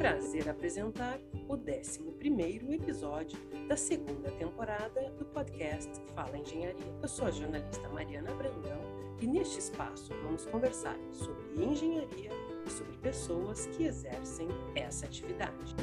prazer apresentar o 11º episódio da segunda temporada do podcast Fala Engenharia. Eu sou a jornalista Mariana Brandão e neste espaço vamos conversar sobre engenharia e sobre pessoas que exercem essa atividade.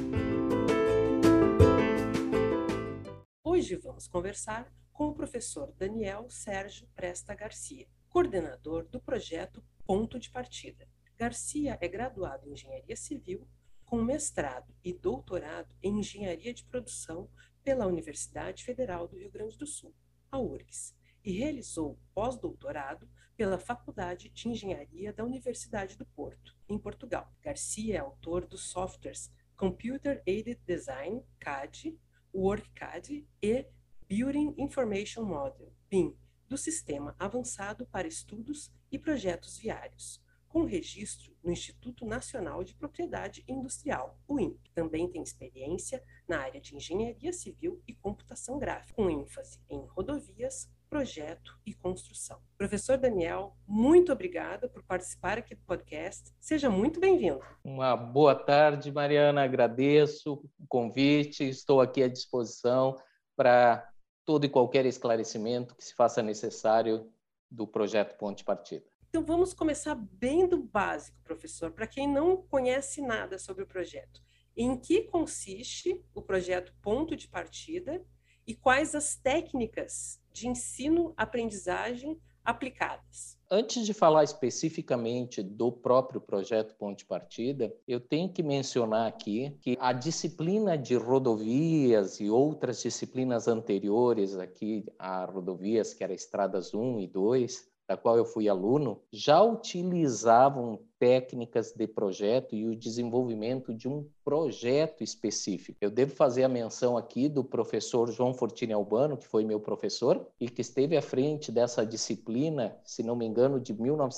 Hoje vamos conversar com o professor Daniel Sérgio Presta Garcia, coordenador do projeto Ponto de Partida. Garcia é graduado em Engenharia Civil, com mestrado e doutorado em Engenharia de Produção pela Universidade Federal do Rio Grande do Sul, a URGS, e realizou pós-doutorado pela Faculdade de Engenharia da Universidade do Porto, em Portugal. Garcia é autor dos softwares Computer Aided Design, CAD, WorkCAD e Building Information Model, BIM, do Sistema Avançado para Estudos e Projetos Viários, com registro no Instituto Nacional de Propriedade Industrial, o INPE. Também tem experiência na área de Engenharia Civil e Computação Gráfica, com ênfase em rodovias, projeto e construção. Professor Daniel, muito obrigada por participar aqui do podcast. Seja muito bem-vindo. Uma boa tarde, Mariana. Agradeço o convite. Estou aqui à disposição para todo e qualquer esclarecimento que se faça necessário do projeto Ponto de Partida. Então, vamos começar bem do básico, professor, para quem não conhece nada sobre o projeto. Em que consiste o projeto Ponto de Partida e quais as técnicas de ensino-aprendizagem aplicadas? Antes de falar especificamente do próprio projeto Ponto de Partida, eu tenho que mencionar aqui que a disciplina de rodovias e outras disciplinas anteriores aqui a rodovias, que era Estradas 1 e 2, da qual eu fui aluno, já utilizavam técnicas de projeto e o desenvolvimento de um projeto específico. Eu devo fazer a menção aqui do professor João Fortini Albano, que foi meu professor e que esteve à frente dessa disciplina, se não me engano, de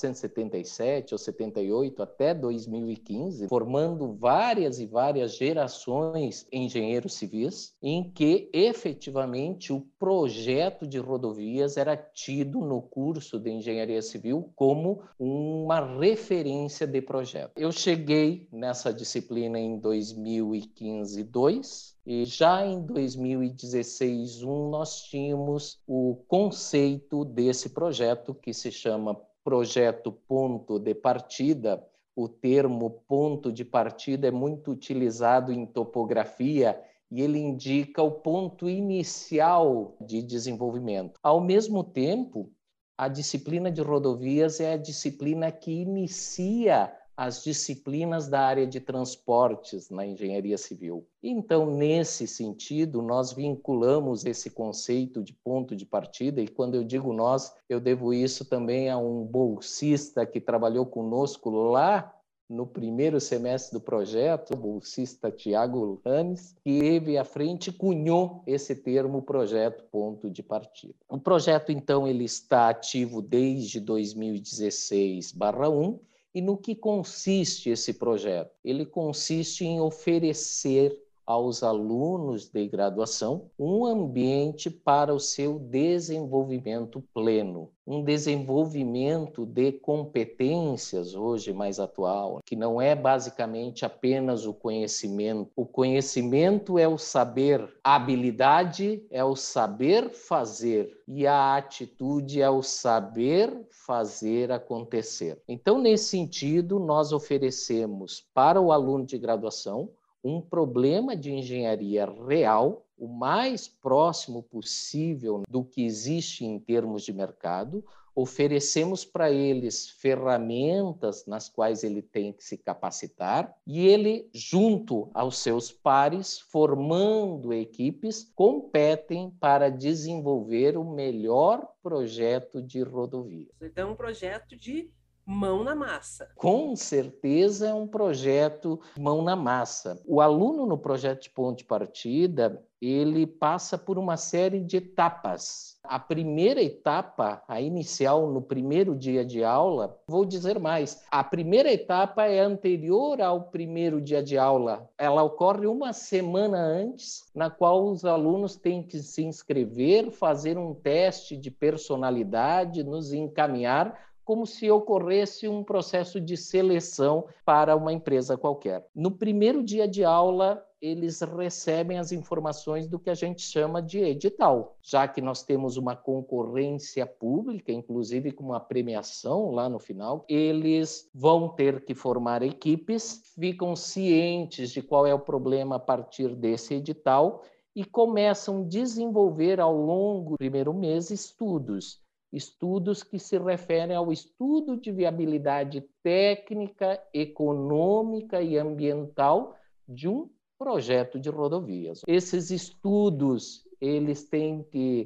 1977 ou 78 até 2015, formando várias e várias gerações de engenheiros civis, em que efetivamente o projeto de rodovias era tido no curso de engenharia civil como uma referência de projeto. Eu cheguei nessa disciplina em 2015-2 e já em 2016-1 nós tínhamos o conceito desse projeto que se chama Projeto Ponto de Partida. O termo ponto de partida é muito utilizado em topografia e ele indica o ponto inicial de desenvolvimento. Ao mesmo tempo, a disciplina de rodovias é a disciplina que inicia as disciplinas da área de transportes na engenharia civil. Então, nesse sentido, nós vinculamos esse conceito de ponto de partida, e quando eu digo nós, eu devo isso também a um bolsista que trabalhou conosco lá no primeiro semestre do projeto, o bolsista Tiago Rames, que esteve à frente e cunhou esse termo projeto ponto de partida. O projeto, então, ele está ativo desde 2016/1, e no que consiste esse projeto? Ele consiste em oferecer aos alunos de graduação um ambiente para o seu desenvolvimento pleno, um desenvolvimento de competências hoje mais atual, que não é basicamente apenas o conhecimento. O conhecimento é o saber, a habilidade é o saber fazer e a atitude é o saber fazer acontecer. Então, nesse sentido, nós oferecemos para o aluno de graduação um problema de engenharia real, o mais próximo possível do que existe em termos de mercado. Oferecemos para eles ferramentas nas quais ele tem que se capacitar e ele, junto aos seus pares, formando equipes, competem para desenvolver o melhor projeto de rodovia. Então, um projeto de mão na massa. Com certeza é um projeto mão na massa. O aluno no projeto de ponto de partida, ele passa por uma série de etapas. A primeira etapa, a inicial, no primeiro dia de aula, vou dizer mais, a primeira etapa é anterior ao primeiro dia de aula. Ela ocorre uma semana antes, na qual os alunos têm que se inscrever, fazer um teste de personalidade, nos encaminhar como se ocorresse um processo de seleção para uma empresa qualquer. No primeiro dia de aula, eles recebem as informações do que a gente chama de edital, já que nós temos uma concorrência pública, inclusive com uma premiação lá no final. Eles vão ter que formar equipes, ficam cientes de qual é o problema a partir desse edital e começam a desenvolver ao longo do primeiro mês estudos que se referem ao estudo de viabilidade técnica, econômica e ambiental de um projeto de rodovias. Esses estudos, eles têm que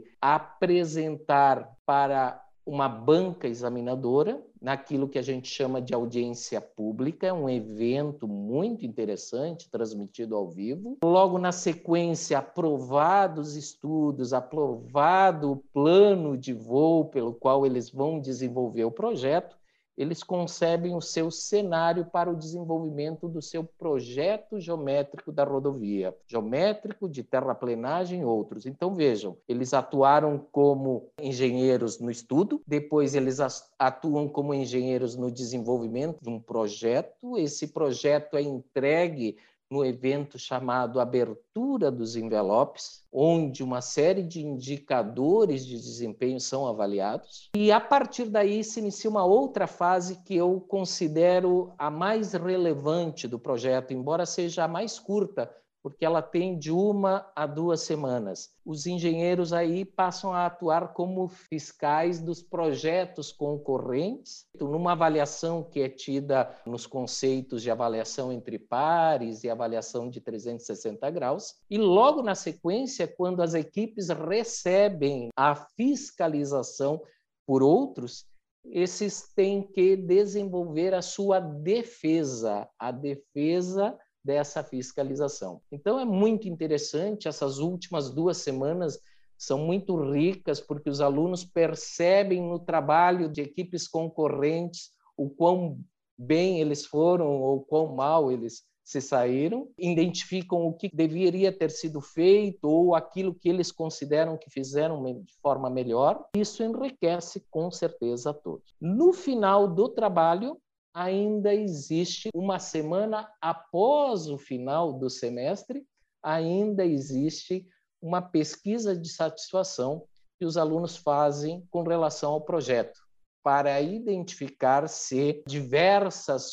apresentar para uma banca examinadora, naquilo que a gente chama de audiência pública, um evento muito interessante, transmitido ao vivo. Logo na sequência, aprovados estudos, aprovado o plano de voo pelo qual eles vão desenvolver o projeto, eles concebem o seu cenário para o desenvolvimento do seu projeto geométrico da rodovia, geométrico, de terraplenagem e outros. Então, vejam, eles atuaram como engenheiros no estudo, depois eles atuam como engenheiros no desenvolvimento de um projeto, esse projeto é entregue no evento chamado Abertura dos Envelopes, onde uma série de indicadores de desempenho são avaliados. E, a partir daí, se inicia uma outra fase que eu considero a mais relevante do projeto, embora seja a mais curta, porque ela tem de 1 a 2 semanas. Os engenheiros aí passam a atuar como fiscais dos projetos concorrentes, numa avaliação que é tida nos conceitos de avaliação entre pares e avaliação de 360 graus. E logo na sequência, quando as equipes recebem a fiscalização por outros, esses têm que desenvolver a sua defesa, a defesa dessa fiscalização. Então, é muito interessante, essas últimas 2 semanas são muito ricas, porque os alunos percebem no trabalho de equipes concorrentes o quão bem eles foram ou quão mal eles se saíram, identificam o que deveria ter sido feito ou aquilo que eles consideram que fizeram de forma melhor. Isso enriquece com certeza a todos. No final do trabalho, ainda existe uma semana após o final do semestre, ainda existe uma pesquisa de satisfação que os alunos fazem com relação ao projeto, para identificar se diversas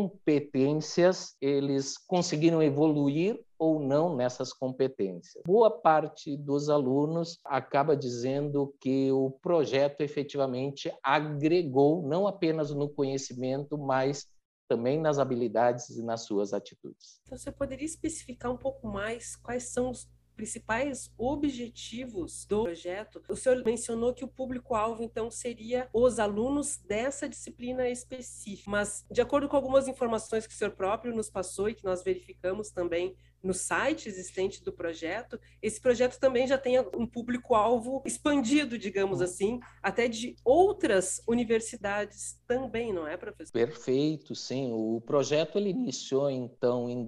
competências eles conseguiram evoluir ou não nessas competências. Boa parte dos alunos acaba dizendo que o projeto efetivamente agregou não apenas no conhecimento, mas também nas habilidades e nas suas atitudes. Então, você poderia especificar um pouco mais quais são os principais objetivos do projeto? O senhor mencionou que o público-alvo, então, seria os alunos dessa disciplina específica, mas, de acordo com algumas informações que o senhor próprio nos passou e que nós verificamos também no site existente do projeto, esse projeto também já tem um público-alvo expandido, digamos assim, até de outras universidades também, não é, professor? Perfeito, sim. O projeto ele iniciou, então, em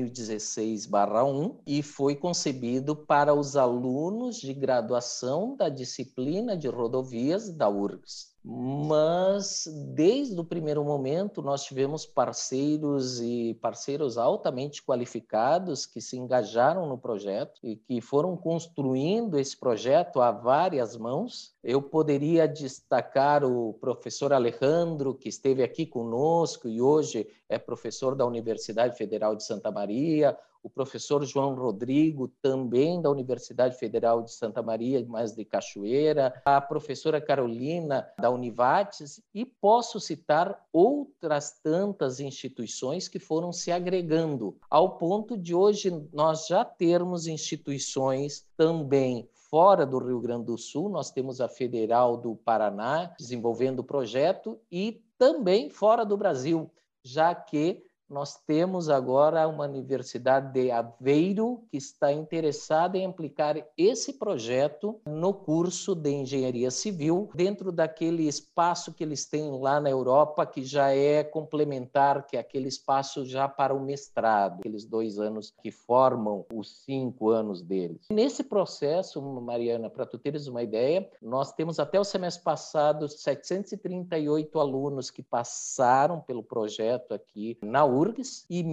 2016/1 e foi concebido para os alunos de graduação da disciplina de rodovias da URGS. Mas, desde o primeiro momento, nós tivemos parceiros e parceiros altamente qualificados que se engajaram no projeto e que foram construindo esse projeto a várias mãos. Eu poderia destacar o professor Alejandro, que esteve aqui conosco e hoje é professor da Universidade Federal de Santa Maria, o professor João Rodrigo, também da Universidade Federal de Santa Maria, mas de Cachoeira, a professora Carolina, da Univates, e posso citar outras tantas instituições que foram se agregando, ao ponto de hoje nós já termos instituições também fora do Rio Grande do Sul. Nós temos a Federal do Paraná desenvolvendo o projeto e também fora do Brasil, já que nós temos agora uma Universidade de Aveiro que está interessada em aplicar esse projeto no curso de Engenharia Civil, dentro daquele espaço que eles têm lá na Europa, que já é complementar, que é aquele espaço já para o mestrado, aqueles 2 anos que formam os 5 anos deles. Nesse processo, Mariana, para tu teres uma ideia, nós temos até o semestre passado 738 alunos que passaram pelo projeto aqui na URGS e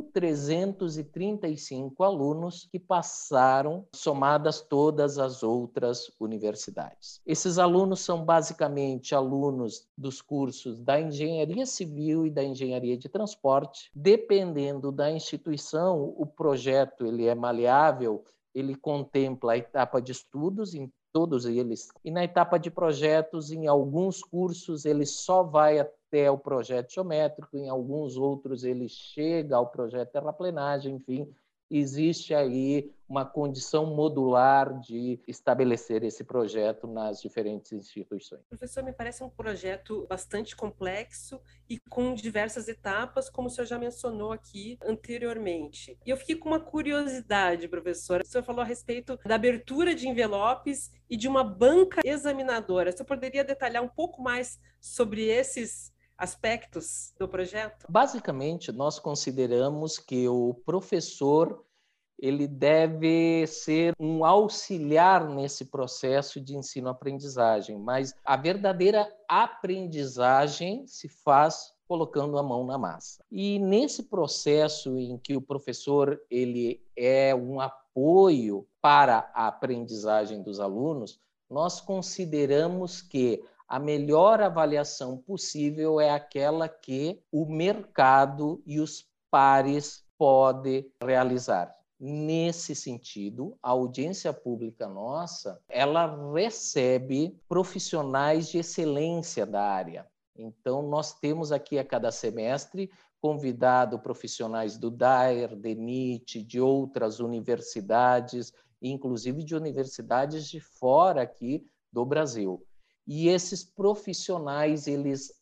1.335 alunos que passaram, somadas todas as outras universidades. Esses alunos são basicamente alunos dos cursos da Engenharia Civil e da Engenharia de Transporte. Dependendo da instituição, o projeto ele é maleável, ele contempla a etapa de estudos em todos eles, e na etapa de projetos, em alguns cursos, ele só vai até o projeto geométrico, em alguns outros ele chega ao projeto terraplenagem, enfim, existe aí uma condição modular de estabelecer esse projeto nas diferentes instituições. Professor, me parece um projeto bastante complexo e com diversas etapas, como o senhor já mencionou aqui anteriormente. E eu fiquei com uma curiosidade, professor. O senhor falou a respeito da abertura de envelopes e de uma banca examinadora. O senhor poderia detalhar um pouco mais sobre esses aspectos do projeto? Basicamente, nós consideramos que o professor ele deve ser um auxiliar nesse processo de ensino-aprendizagem, mas a verdadeira aprendizagem se faz colocando a mão na massa. E nesse processo em que o professor ele é um apoio para a aprendizagem dos alunos, nós consideramos que a melhor avaliação possível é aquela que o mercado e os pares podem realizar. Nesse sentido, a audiência pública nossa, ela recebe profissionais de excelência da área. Então, nós temos aqui a cada semestre convidado profissionais do DAER, DENIT, de outras universidades, inclusive de universidades de fora aqui do Brasil. E esses profissionais, eles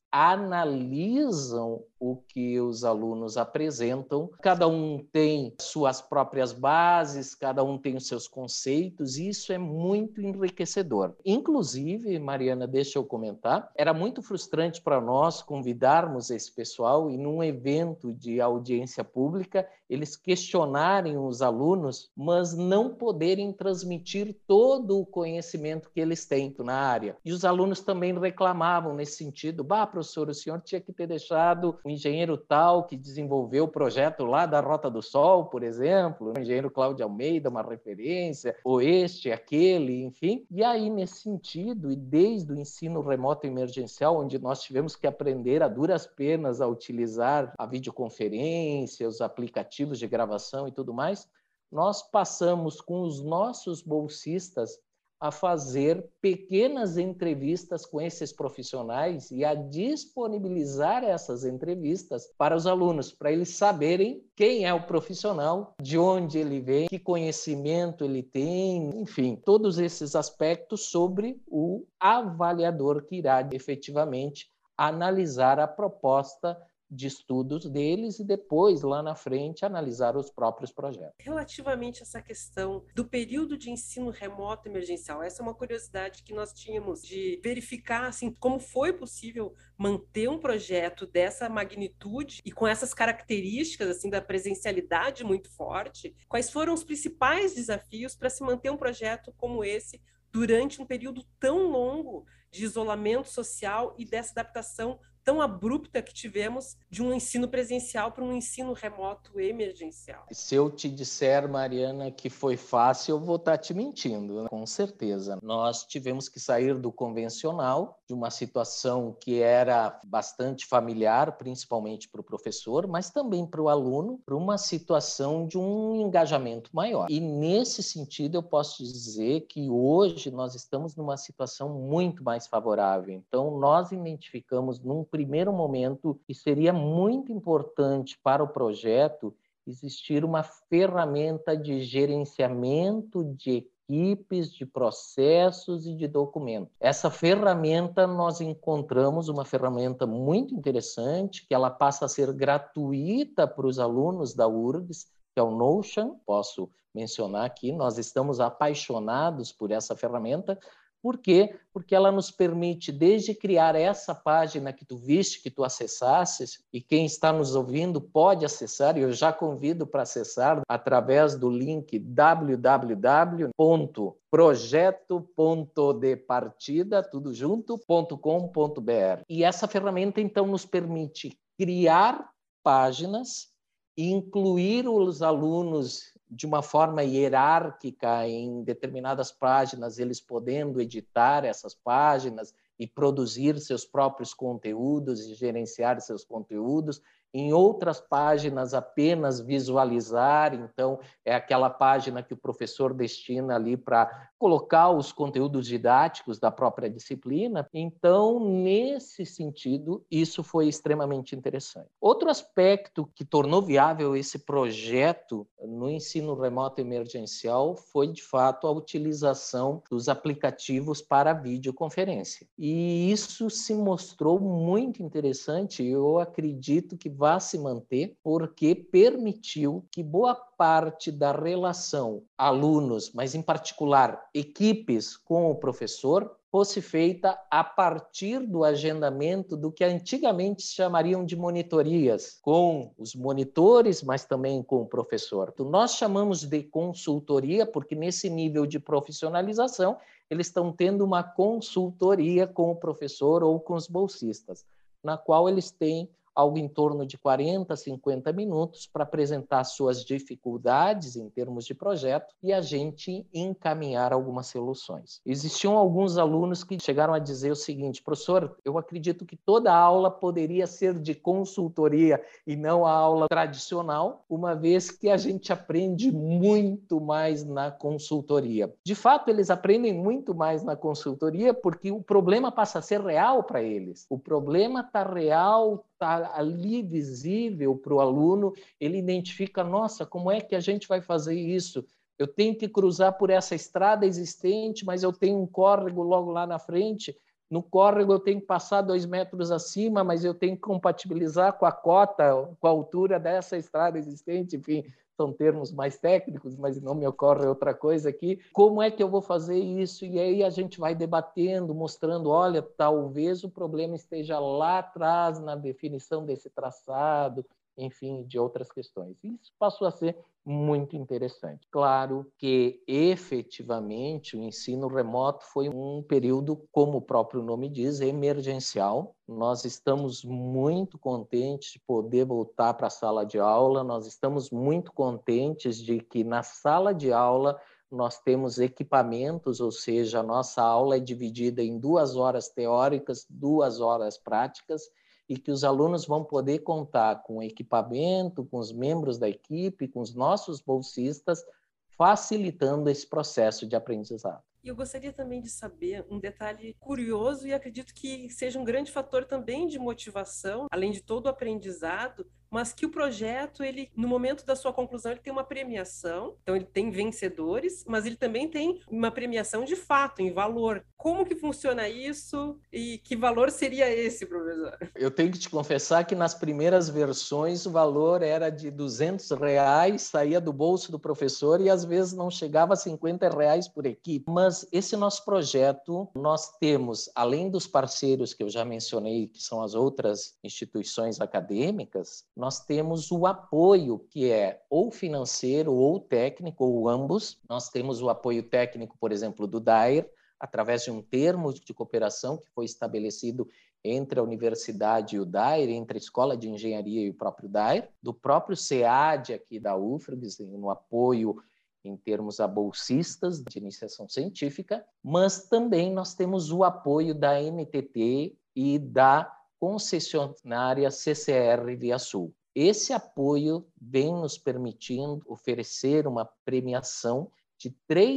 analisam o que os alunos apresentam. Cada um tem suas próprias bases, cada um tem os seus conceitos, e isso é muito enriquecedor. Inclusive, Mariana, deixa eu comentar, era muito frustrante para nós convidarmos esse pessoal e num evento de audiência pública, eles questionarem os alunos, mas não poderem transmitir todo o conhecimento que eles têm na área. E os alunos também reclamavam nesse sentido: professor, o senhor tinha que ter deixado o engenheiro tal que desenvolveu o projeto lá da Rota do Sol, por exemplo, o engenheiro Cláudio Almeida, uma referência, ou este, aquele, enfim. E aí, nesse sentido, e desde o ensino remoto emergencial, onde nós tivemos que aprender a duras penas a utilizar a videoconferência, os aplicativos de gravação e tudo mais, nós passamos com os nossos bolsistas a fazer pequenas entrevistas com esses profissionais e a disponibilizar essas entrevistas para os alunos, para eles saberem quem é o profissional, de onde ele vem, que conhecimento ele tem, enfim, todos esses aspectos sobre o avaliador que irá efetivamente analisar a proposta de estudos deles e depois, lá na frente, analisar os próprios projetos. Relativamente a essa questão do período de ensino remoto emergencial, essa é uma curiosidade que nós tínhamos de verificar assim, como foi possível manter um projeto dessa magnitude e com essas características assim da presencialidade muito forte. Quais foram os principais desafios para se manter um projeto como esse durante um período tão longo de isolamento social e dessa adaptação tão abrupta que tivemos de um ensino presencial para um ensino remoto emergencial? Se eu te disser, Mariana, que foi fácil, eu vou estar te mentindo, né? Com certeza. Nós tivemos que sair do convencional, de uma situação que era bastante familiar, principalmente para o professor, mas também para o aluno, para uma situação de um engajamento maior. E nesse sentido, eu posso dizer que hoje nós estamos numa situação muito mais favorável. Então, nós identificamos num primeiro momento que seria muito importante para o projeto existir uma ferramenta de gerenciamento de equipes, de processos e de documentos. Essa ferramenta, nós encontramos uma ferramenta muito interessante, que ela passa a ser gratuita para os alunos da URGS, que é o Notion. Posso mencionar aqui, nós estamos apaixonados por essa ferramenta. Por quê? Porque ela nos permite, desde criar essa página que tu viste, que tu acessasses, e quem está nos ouvindo pode acessar, e eu já convido para acessar através do link www.projeto.departida, tudo junto.com.br. E essa ferramenta, então, nos permite criar páginas, incluir os alunos de uma forma hierárquica em determinadas páginas, eles podendo editar essas páginas e produzir seus próprios conteúdos e gerenciar seus conteúdos. Em outras páginas, apenas visualizar, então é aquela página que o professor destina ali para colocar os conteúdos didáticos da própria disciplina. Então, nesse sentido, isso foi extremamente interessante. Outro aspecto que tornou viável esse projeto no ensino remoto emergencial foi, de fato, a utilização dos aplicativos para videoconferência. E isso se mostrou muito interessante, eu acredito que vai se manter, porque permitiu que boa parte da relação alunos, mas em particular equipes com o professor, fosse feita a partir do agendamento do que antigamente se chamariam de monitorias, com os monitores, mas também com o professor. Então, nós chamamos de consultoria, porque nesse nível de profissionalização, eles estão tendo uma consultoria com o professor ou com os bolsistas, na qual eles têm algo em torno de 40, 50 minutos para apresentar suas dificuldades em termos de projeto e a gente encaminhar algumas soluções. Existiam alguns alunos que chegaram a dizer o seguinte: professor, eu acredito que toda aula poderia ser de consultoria e não a aula tradicional, uma vez que a gente aprende muito mais na consultoria. De fato, eles aprendem muito mais na consultoria porque o problema passa a ser real para eles. O problema está real, está ali visível para o aluno, ele identifica, nossa, como é que a gente vai fazer isso? Eu tenho que cruzar por essa estrada existente, mas eu tenho um córrego logo lá na frente. No córrego eu tenho que passar 2 metros acima, mas eu tenho que compatibilizar com a cota, com a altura dessa estrada existente, enfim, são termos mais técnicos, mas não me ocorre outra coisa aqui. Como é que eu vou fazer isso? E aí a gente vai debatendo, mostrando, olha, talvez o problema esteja lá atrás na definição desse traçado, enfim, de outras questões. Isso passou a ser muito interessante. Claro que, efetivamente, o ensino remoto foi um período, como o próprio nome diz, emergencial. Nós estamos muito contentes de poder voltar para a sala de aula, nós estamos muito contentes de que na sala de aula nós temos equipamentos, ou seja, a nossa aula é dividida em 2 horas teóricas, 2 horas práticas, e que os alunos vão poder contar com equipamento, com os membros da equipe, com os nossos bolsistas, facilitando esse processo de aprendizado. E eu gostaria também de saber um detalhe curioso e acredito que seja um grande fator também de motivação, além de todo o aprendizado, mas que o projeto, ele, no momento da sua conclusão, ele tem uma premiação, então ele tem vencedores, mas ele também tem uma premiação de fato, em valor. Como que funciona isso e que valor seria esse, professor? Eu tenho que te confessar que nas primeiras versões o valor era de R$200, saía do bolso do professor e às vezes não chegava a R$50 por equipe. Mas esse nosso projeto, nós temos, além dos parceiros que eu já mencionei, que são as outras instituições acadêmicas, nós temos o apoio, que é ou financeiro ou técnico, ou ambos. Nós temos o apoio técnico, por exemplo, do DAIR, através de um termo de cooperação que foi estabelecido entre a universidade e o DAIR, entre a Escola de Engenharia e o próprio DAIR, do próprio SEAD aqui da UFRGS, no apoio em termos a bolsistas de iniciação científica, mas também nós temos o apoio da NTT e da concessionária CCR Via Sul. Esse apoio vem nos permitindo oferecer uma premiação de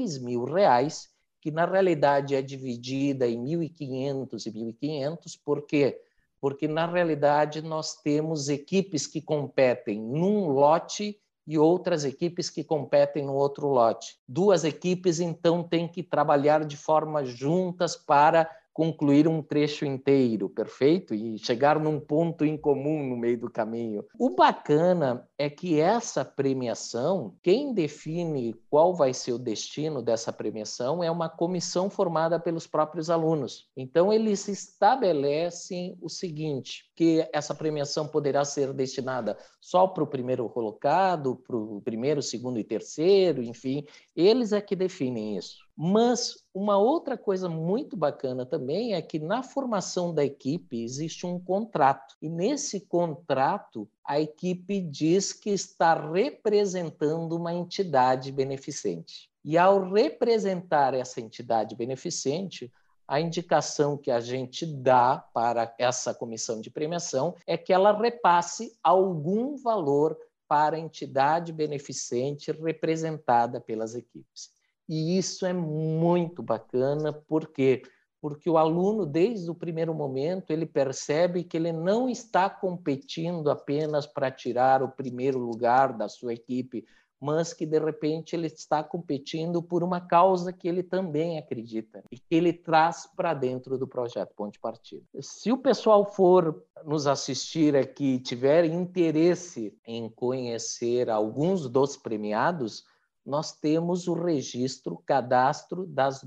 R$3.000, que na realidade é dividida em 1.500 e 1.500, por quê? Porque na realidade nós temos equipes que competem num lote e outras equipes que competem no outro lote. Duas equipes, então, têm que trabalhar de forma juntas para concluir um trecho inteiro, perfeito? E chegar num ponto em comum no meio do caminho. O bacana é que essa premiação, quem define qual vai ser o destino dessa premiação é uma comissão formada pelos próprios alunos. Então, eles estabelecem o seguinte, que essa premiação poderá ser destinada só para o primeiro colocado, para o primeiro, segundo e terceiro, enfim, eles é que definem isso. Mas uma outra coisa muito bacana também é que na formação da equipe existe um contrato. E nesse contrato, a equipe diz que está representando uma entidade beneficente. E ao representar essa entidade beneficente, a indicação que a gente dá para essa comissão de premiação é que ela repasse algum valor para a entidade beneficente representada pelas equipes. E isso é muito bacana, por quê? Porque o aluno, desde o primeiro momento, ele percebe que ele não está competindo apenas para tirar o primeiro lugar da sua equipe, mas que, de repente, ele está competindo por uma causa que ele também acredita e que ele traz para dentro do projeto Ponto de Partida. Se o pessoal for nos assistir aqui e tiver interesse em conhecer alguns dos premiados, nós temos o registro, cadastro das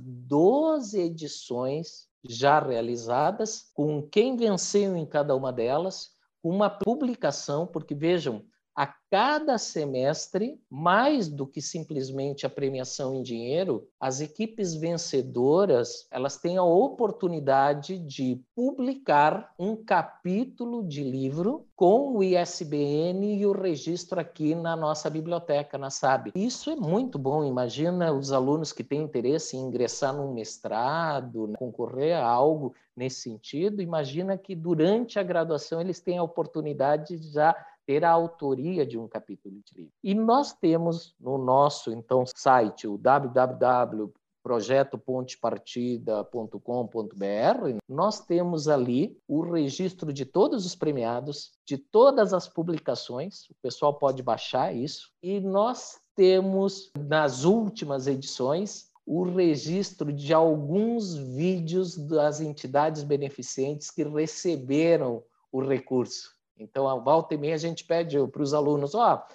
12 edições já realizadas, com quem venceu em cada uma delas, uma publicação, porque vejam, a cada semestre, mais do que simplesmente a premiação em dinheiro, as equipes vencedoras, elas têm a oportunidade de publicar um capítulo de livro com o ISBN e o registro aqui na nossa biblioteca, na SAB. Isso é muito bom. Imagina os alunos que têm interesse em ingressar num mestrado, concorrer a algo nesse sentido. Imagina que durante a graduação eles têm a oportunidade de já ter a autoria de um capítulo de livro. E nós temos no nosso, então, site, o www.projetopontepartida.com.br, nós temos ali o registro de todos os premiados, de todas as publicações, o pessoal pode baixar isso, e nós temos, nas últimas edições, o registro de alguns vídeos das entidades beneficentes que receberam o recurso. Então, a volta e meia, a gente pede para os alunos,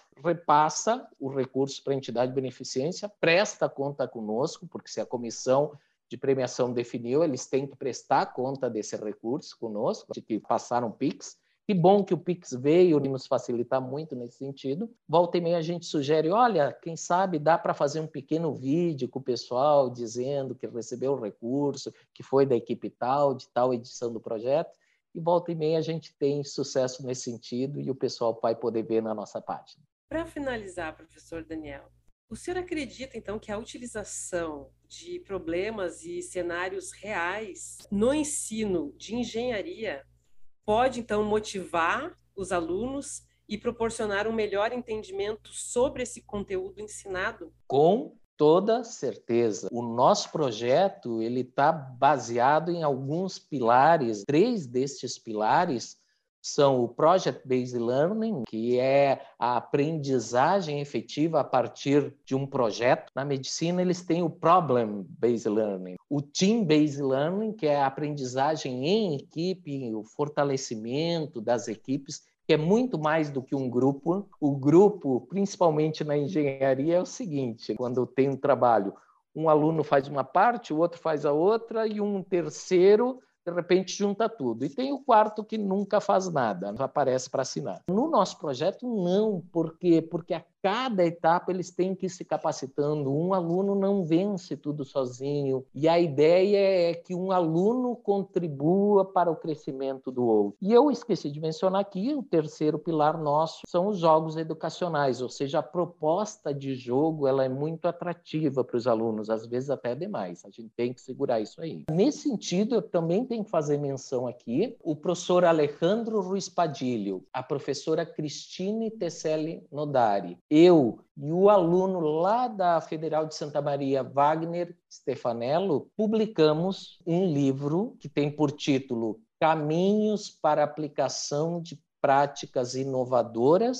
repassa o recurso para a entidade de beneficência, presta conta conosco, porque se a comissão de premiação definiu, eles têm que prestar conta desse recurso conosco, de que passaram PIX. Que bom que o PIX veio e nos facilitar muito nesse sentido. Volta e meia a gente sugere, olha, quem sabe dá para fazer um pequeno vídeo com o pessoal dizendo que recebeu o recurso, que foi da equipe tal, de tal edição do projeto. E volta e meia a gente tem sucesso nesse sentido e o pessoal vai poder ver na nossa página. Para finalizar, professor Daniel, o senhor acredita, então, que a utilização de problemas e cenários reais no ensino de engenharia pode, então, motivar os alunos e proporcionar um melhor entendimento sobre esse conteúdo ensinado? Com toda certeza. O nosso projeto ele está baseado em alguns pilares. 3 destes pilares são o Project-Based Learning, que é a aprendizagem efetiva a partir de um projeto. Na medicina, eles têm o Problem-Based Learning. O Team-Based Learning, que é a aprendizagem em equipe, o fortalecimento das equipes, que é muito mais do que um grupo. O grupo, principalmente na engenharia, é o seguinte, quando tem um trabalho, um aluno faz uma parte, o outro faz a outra e um terceiro, de repente, junta tudo. E tem o quarto que nunca faz nada, não aparece para assinar. No nosso projeto, não. Por quê? Porque a cada etapa eles têm que ir se capacitando. Um aluno não vence tudo sozinho. E a ideia é que um aluno contribua para o crescimento do outro. E eu esqueci de mencionar aqui, o terceiro pilar nosso são os jogos educacionais, ou seja, a proposta de jogo ela é muito atrativa para os alunos, às vezes até demais. A gente tem que segurar isso aí. Nesse sentido, eu também tenho que fazer menção aqui o professor Alejandro Ruiz Padilho, a professora Cristine Tesselli Nodari, eu e o aluno lá da Federal de Santa Maria, Wagner Stefanello, publicamos um livro que tem por título Caminhos para a Aplicação de Práticas Inovadoras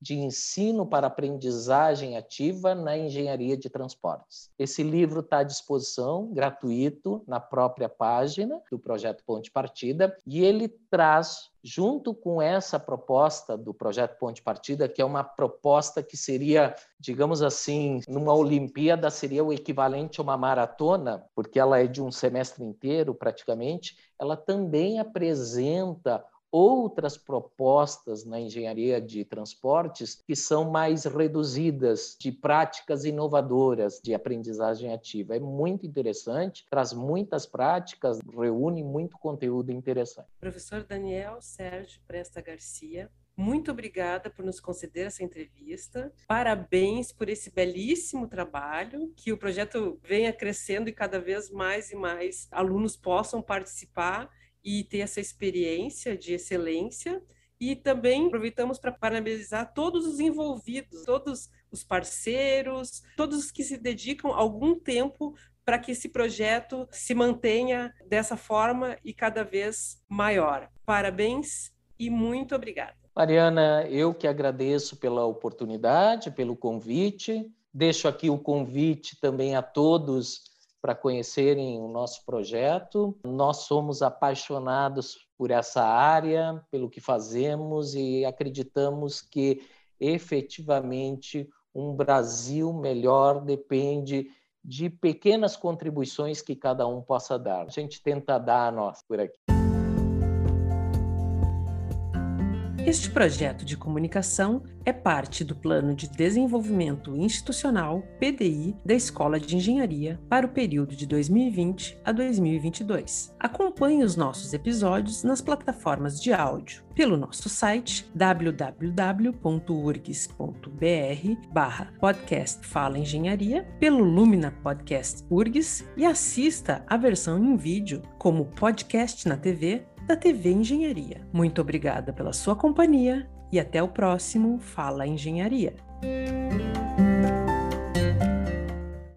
de ensino para aprendizagem ativa na engenharia de transportes. Esse livro está à disposição, gratuito, na própria página do Projeto Ponto de Partida, e ele traz, junto com essa proposta do Projeto Ponto de Partida, que é uma proposta que seria, digamos assim, numa Olimpíada, seria o equivalente a uma maratona, porque ela é de um semestre inteiro, praticamente, ela também apresenta outras propostas na engenharia de transportes que são mais reduzidas, de práticas inovadoras de aprendizagem ativa. É muito interessante, traz muitas práticas, reúne muito conteúdo interessante. Professor Daniel Sérgio Presta Garcia, muito obrigada por nos conceder essa entrevista. Parabéns por esse belíssimo trabalho, que o projeto venha crescendo e cada vez mais e mais alunos possam participar e ter essa experiência de excelência. E também aproveitamos para parabenizar todos os envolvidos, todos os parceiros, todos os que se dedicam algum tempo para que esse projeto se mantenha dessa forma e cada vez maior. Parabéns e muito obrigada. Mariana, eu que agradeço pela oportunidade, pelo convite. Deixo aqui o convite também a todos para conhecerem o nosso projeto. Nós somos apaixonados por essa área, pelo que fazemos e acreditamos que efetivamente um Brasil melhor depende de pequenas contribuições que cada um possa dar. A gente tenta dar a nós por aqui. Este projeto de comunicação é parte do Plano de Desenvolvimento Institucional, PDI, da Escola de Engenharia para o período de 2020 a 2022. Acompanhe os nossos episódios nas plataformas de áudio, pelo nosso site www.urgs.br/podcast Fala Engenharia, pelo Lumina Podcast URGS e assista a versão em vídeo como podcast na TV da TV Engenharia. Muito obrigada pela sua companhia e até o próximo Fala Engenharia.